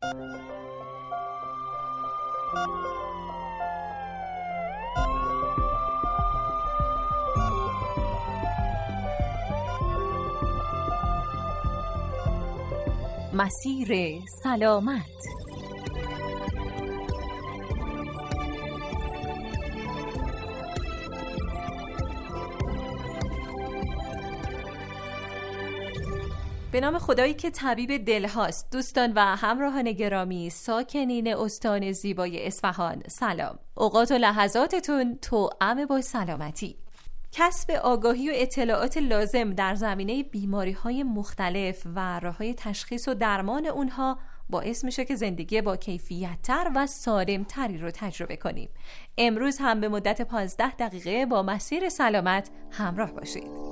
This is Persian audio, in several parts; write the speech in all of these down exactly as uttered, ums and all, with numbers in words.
مسیر سلامت. به نام خدایی که طبیب دل هاست. دوستان و همراهان گرامی، ساکنین استان زیبای اصفهان، سلام. اوقات و لحظاتتون توأم با سلامتی. کسب آگاهی و اطلاعات لازم در زمینه بیماری‌های مختلف و راه‌های تشخیص و درمان اونها باعث میشه که زندگی با کیفیت‌تر و سالم‌تری رو تجربه کنیم. امروز هم به مدت پانزده دقیقه با مسیر سلامت همراه باشید.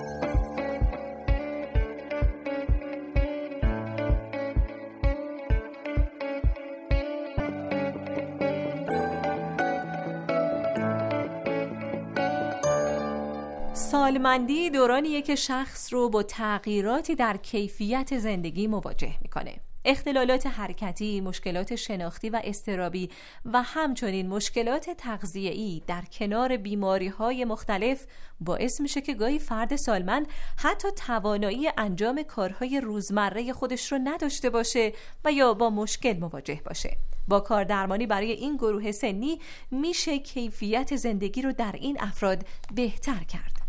سالمندی دورانیه که شخص رو با تغییراتی در کیفیت زندگی مواجه میکنه. اختلالات حرکتی، مشکلات شناختی و اضطرابی و همچنین مشکلات تغذیه‌ای در کنار بیماری‌های مختلف باعث میشه که گاهی فرد سالمند حتی توانایی انجام کارهای روزمره خودش رو نداشته باشه و یا با مشکل مواجه باشه. با کاردرمانی برای این گروه سنی میشه کیفیت زندگی رو در این افراد بهتر کرد.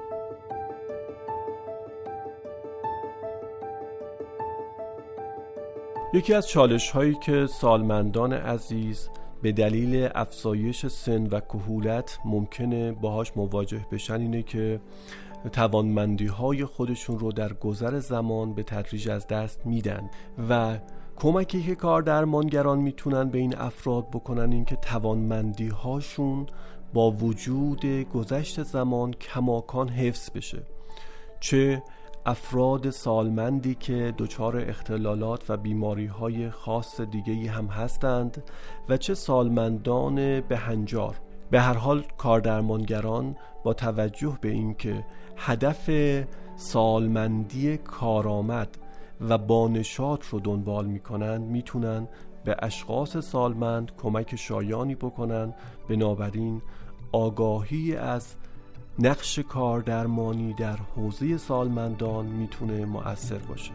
یکی از چالش‌هایی که سالمندان عزیز به دلیل افزایش سن و کهولت ممکنه باهاش مواجه بشن اینه که توانمندی‌های خودشون رو در گذر زمان به تدریج از دست میدن و کمکی که کاردرمانگران میتونن به این افراد بکنن این که توانمندی‌هاشون با وجود گذشت زمان کماکان حفظ بشه. چه افراد سالمندی که دچار اختلالات و بیماری‌های خاص دیگه‌ای هم هستند و چه سالمندان بهنجار. به هر حال کاردرمانگران با توجه به این که هدف سالمندی کارآمد و بانشات رو دنبال می‌کنند میتونن به اشخاص سالمند کمک شایانی بکنن. بنابراین آگاهی از نقش کاردرمانی در حوزه سالمندان میتونه مؤثر باشه.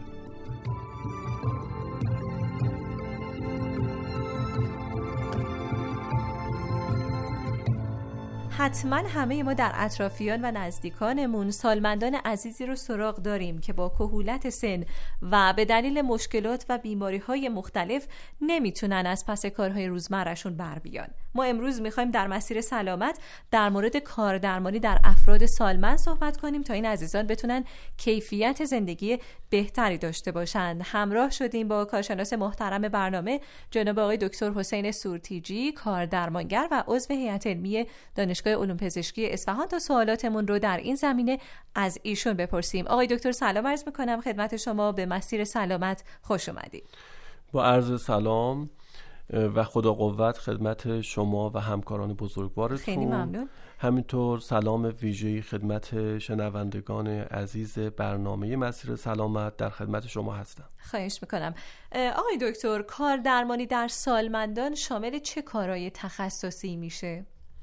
حتما همه ما در اطرافیان و نزدیکانمون سالمندان عزیزی رو سراغ داریم که با کهولت سن و به دلیل مشکلات و بیماری‌های مختلف نمیتونن از پس کارهای روزمره‌شون بر بیان. ما امروز میخوایم در مسیر سلامت در مورد کاردرمانی در افراد سالمند صحبت کنیم تا این عزیزان بتونن کیفیت زندگی بهتری داشته باشند. همراه شدیم با کارشناس محترم برنامه جناب آقای دکتر حسین سورتیجی، کاردرمانگر و عضو هیئت علمی دانشگاه علوم پزشکی اصفهان تا سوالاتمون رو در این زمینه از ایشون بپرسیم. آقای دکتر سلام عرض میکنم خدمت شما. به مسیر سلامت خوش اومدید. با عرض سلام و خدا قوت خدمت شما و همکاران بزرگوارتون. خیلی ممنون. همینطور سلام ویژه‌ای خدمت شنوندگان عزیز برنامه مسیر سلامت در خدمت شما هستم. خواهش میکنم. آقای دکتر، کاردرمانی در سالمندان شامل چه کارهای تخصصی میشه؟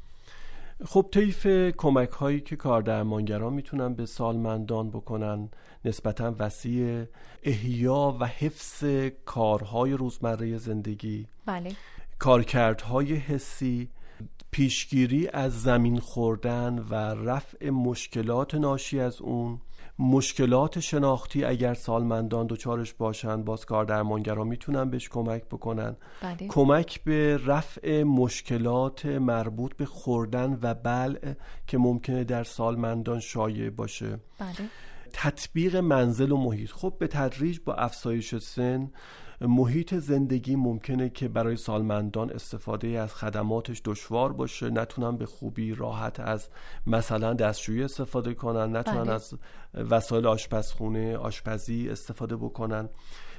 خب طیف کمک هایی که کاردرمانگران میتونن به سالمندان بکنن نسبتاً وسیع. احیا و حفظ کارهای روزمره زندگی، بله، کارکردهای حسی، پیشگیری از زمین خوردن و رفع مشکلات ناشی از اون، مشکلات شناختی اگر سالمندان دچارش باشن باز کاردرمانگران میتونن بهش کمک بکنن. بله. کمک به رفع مشکلات مربوط به خوردن و بلع که ممکنه در سالمندان شایع باشه. بله. تطبیق منزل و محیط. خب به تدریج با افزایش سن محیط زندگی ممکنه که برای سالمندان استفاده از خدماتش دشوار باشه، نتونن به خوبی راحت از مثلا دستشویی استفاده کنن، نتونن بله. از وسایل آشپزخونه، آشپزی استفاده بکنن.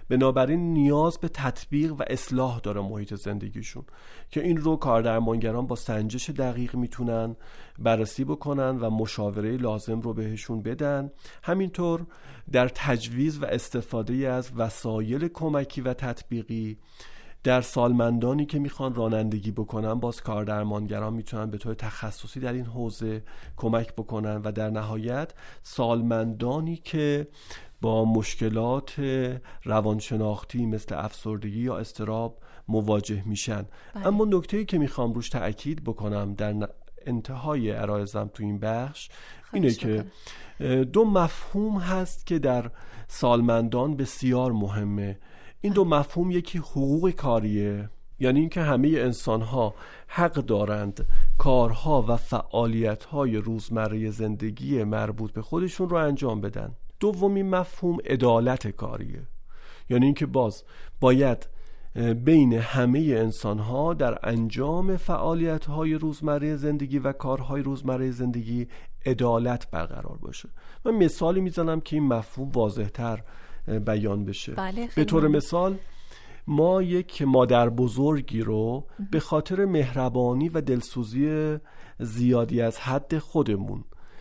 بنابراین نیاز به تطبیق و اصلاح داره محیط زندگیشون که این رو کاردرمانگران با سنجش دقیق میتونن بررسی بکنن و مشاوره لازم رو بهشون بدن. همینطور در تجویز و استفاده از وسایل کمکی و تطبیقی در سالمندانی که میخوان رانندگی بکنن، باز کاردرمانگران میتونن به طور تخصصی در این حوزه کمک بکنن و در نهایت سالمندانی که با مشکلات روانشناختی مثل افسردگی یا اضطراب مواجه میشن. بله. اما نکته‌ای که میخوام روش تأکید بکنم در انتهای عرایزم تو این بخش اینه که دو مفهوم هست که در سالمندان بسیار مهمه. این دو مفهوم یکی حقوق کاریه، یعنی اینکه همه انسان‌ها حق دارند کارها و فعالیت‌های روزمره زندگی مربوط به خودشون رو انجام بدن. دومی مفهوم عدالت کاریه، یعنی اینکه باز باید بین همه انسان‌ها در انجام فعالیت‌های روزمره زندگی و کارهای روزمره زندگی عدالت برقرار باشه. من مثالی میزنم که این مفهوم واضح‌تر بیان بشه. بله، به طور مثال ما یک مادر بزرگی رو به خاطر مهربانی و دلسوزی زیادی از حد خودمون،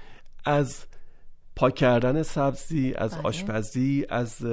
از پاک کردن سبزی، از بله. آشپزی، از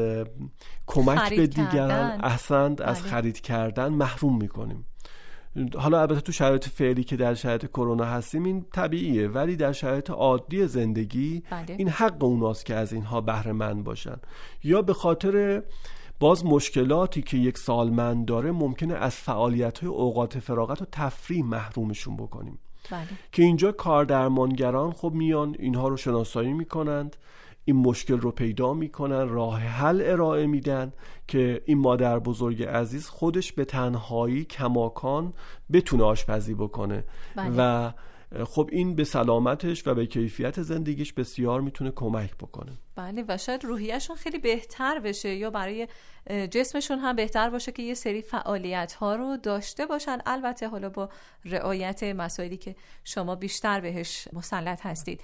کمک به دیگران، احسنت، بله. از خرید کردن محروم میکنیم. حالا البته تو شرایط فعلی که در شرایط کرونا هستیم این طبیعیه، ولی در شرایط عادی زندگی بله. این حق اوناست که از اینها بهره مند باشن. یا به خاطر باز مشکلاتی که یک سالمند داره ممکنه از فعالیت‌های اوقات فراغت و تفریح محرومشون بکنیم. بله. که اینجا کاردرمانگران خب میان اینها رو شناسایی میکنند، این مشکل رو پیدا میکنن، راه حل ارائه میدن که این مادر بزرگ عزیز خودش به تنهایی کماکان بتونه آشپزی بکنه. بله. و خب این به سلامتش و به کیفیت زندگیش بسیار میتونه کمک بکنه. بله، و شاید روحیه‌شون خیلی بهتر بشه یا برای جسمشون هم بهتر باشه که یه سری فعالیت ها رو داشته باشن، البته حالا با رعایت مسائلی که شما بیشتر بهش مسلط هستید.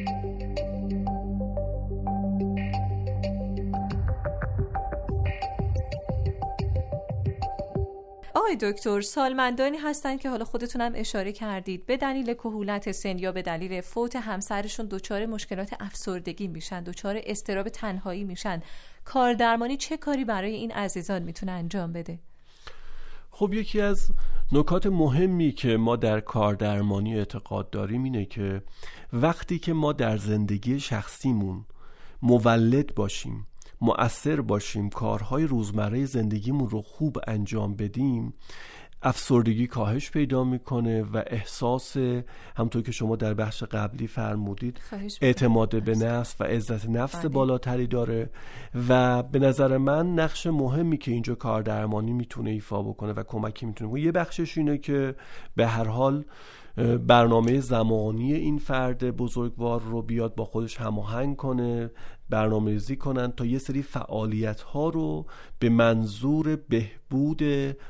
آقای دکتر، سالمندانی هستن که حالا خودتون هم اشاره کردید به دلیل کهولت سن یا به دلیل فوت همسرشون دچار مشکلات افسردگی میشن، دچار اضطراب تنهایی میشن. کاردرمانی چه کاری برای این عزیزان میتونه انجام بده؟ خب یکی از نکات مهمی که ما در کاردرمانی اعتقاد داریم اینه که وقتی که ما در زندگی شخصیمون مولد باشیم، مؤثر باشیم، کارهای روزمره زندگیمون رو خوب انجام بدیم، افسردگی کاهش پیدا میکنه و احساس، همونطور که شما در بخش قبلی فرمودید، اعتماد به نفس و عزت نفس بله. بالاتری داره. و به نظر من نقش مهمی که اینجا کاردرمانی میتونه ایفا بکنه و کمکی میتونه بکنه، یه بخشش اینه که به هر حال برنامه زمانی این فرد بزرگوار رو بیاد با خودش هماهنگ کنه، برنامه‌ریزی کنن تا یه سری فعالیت ها رو به منظور بهبود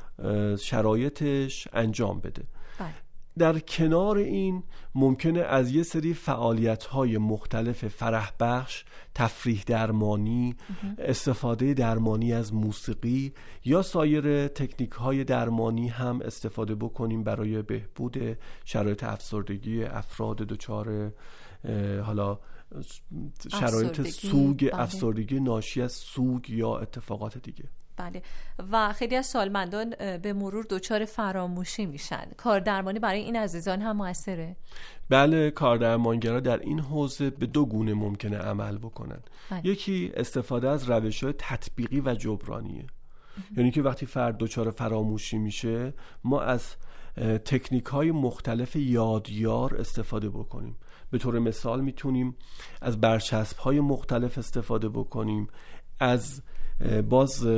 شرایطش انجام بده. بله. در کنار این ممکنه از یه سری فعالیت‌های مختلف فرح بخش، تفریح درمانی، استفاده درمانی از موسیقی یا سایر تکنیک‌های درمانی هم استفاده بکنیم برای بهبود شرایط افسردگی افراد دچار حالا شرایط سوگ، بله. افسردگی ناشی از سوگ یا اتفاقات دیگه. بله. و خیلی از سالمندان به مرور دچار فراموشی میشن. کاردرمانی برای این عزیزان هم موثره؟ بله، کاردرمانگرا در این حوزه به دو گونه ممکنه عمل بکنن. بله. یکی استفاده از روش‌های تطبیقی و جبرانیه. یعنی که وقتی فرد دچار فراموشی میشه ما از تکنیک‌های مختلف یادیار استفاده بکنیم. به طور مثال میتونیم از برچسب‌های مختلف استفاده بکنیم، از باز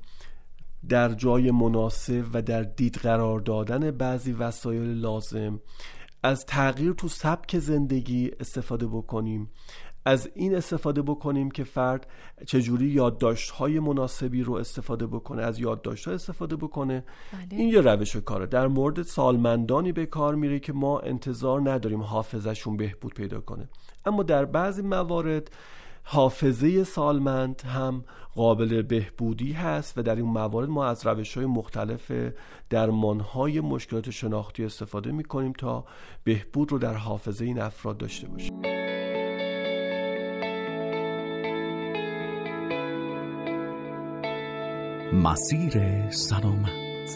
در جای مناسب و در دید قرار دادن بعضی وسایل لازم، از تغییر تو سبک زندگی استفاده بکنیم، از این استفاده بکنیم که فرد چجوری یادداشت‌های مناسبی رو استفاده بکنه، از یادداشت‌ها استفاده بکنه. بله. این یه روش کاره. در مورد سالمندانی به کار میره که ما انتظار نداریم حافظه‌شون بهبود پیدا کنه، اما در بعضی موارد حافظه سالمند هم قابل بهبودی هست و در این موارد ما از روش‌های مختلف درمان‌های مشکلات شناختی استفاده می‌کنیم تا بهبود رو در حافظه این افراد داشته باشیم. مسیر سلامت.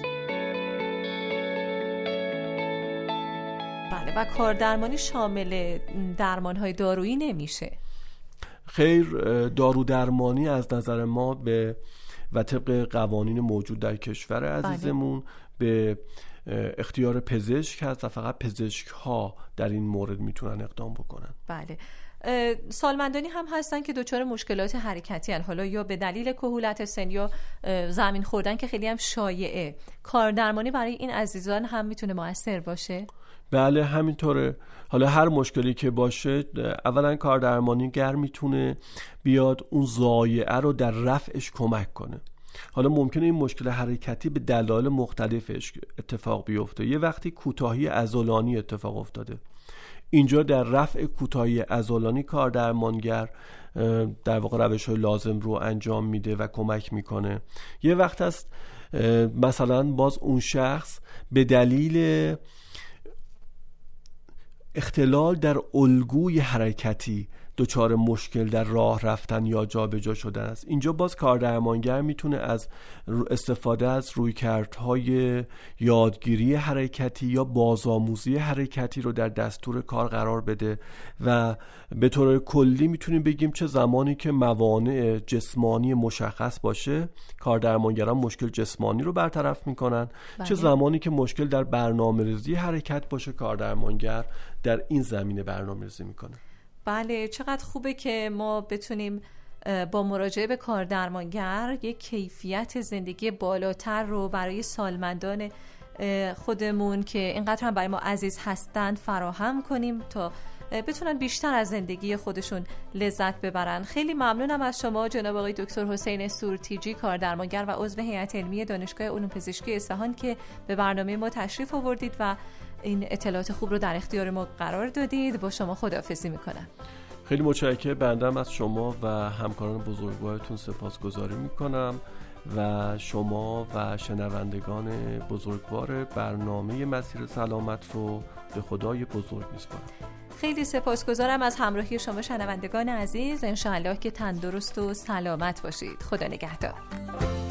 بله، و کاردرمانی شامل درمان‌های دارویی نمیشه؟ خیر، دارو درمانی از نظر ما به و طبق قوانین موجود در کشور عزیزمون به اختیار پزشک هست و فقط پزشک ها در این مورد میتونن اقدام بکنن. بله. سالمندانی هم هستن که دچار مشکلات حرکتی هن، حالا یا به دلیل کهولت سن یا زمین خوردن که خیلی هم شایعه. کاردرمانی برای این عزیزان هم میتونه مؤثر باشه؟ بله همینطوره. حالا هر مشکلی که باشه، اولا کاردرمانیگر میتونه بیاد اون ضایعه رو در رفعش کمک کنه. حالا ممکنه این مشکل حرکتی به دلایل مختلفش اتفاق بیفته. یه وقتی کوتاهی عضلانی اتفاق افتاده، اینجا در رفع کوتاهی عضلانی کاردرمانگر در واقع روش‌های لازم رو انجام میده و کمک میکنه. یه وقت هست مثلا باز اون شخص به دلیل اختلال در الگوی حرکتی دچار مشکل در راه رفتن یا جابجا شدن است. اینجا باز کاردرمانگر میتونه از استفاده از رویکردهای یادگیری حرکتی یا بازآموزی حرکتی رو در دستور کار قرار بده و به طور کلی میتونیم بگیم چه زمانی که موانع جسمانی مشخص باشه کاردرمانگران مشکل جسمانی رو برطرف میکنن. بله. چه زمانی که مشکل در برنامه‌ریزی حرکت باشه کاردرمانگر در این زمینه برنامه‌ریزی میکنه. بله، چقدر خوبه که ما بتونیم با مراجعه به کاردرمانگر یک کیفیت زندگی بالاتر رو برای سالمندان خودمون که اینقدر هم برای ما عزیز هستند فراهم کنیم تا بتونن بیشتر از زندگی خودشون لذت ببرن. خیلی ممنونم از شما جناب آقای دکتر حسین سورتیجی، کاردرمانگر و عضو هیئت علمی دانشگاه علوم پزشکی اصفهان که به برنامه ما تشریف آوردید و این اطلاعات خوب رو در اختیار ما قرار دادید. با شما خداحافظی میکنم. خیلی متشکرم. بنده از شما و همکاران بزرگوارتون سپاسگزاری میکنم و شما و شنوندگان بزرگوار برنامه مسیر سلامت رو به خدای بزرگ میسپارم. خیلی سپاسگزارم از همراهی شما شنوندگان عزیز. انشاءالله که تندرست و سلامت باشید. خدا نگهدار.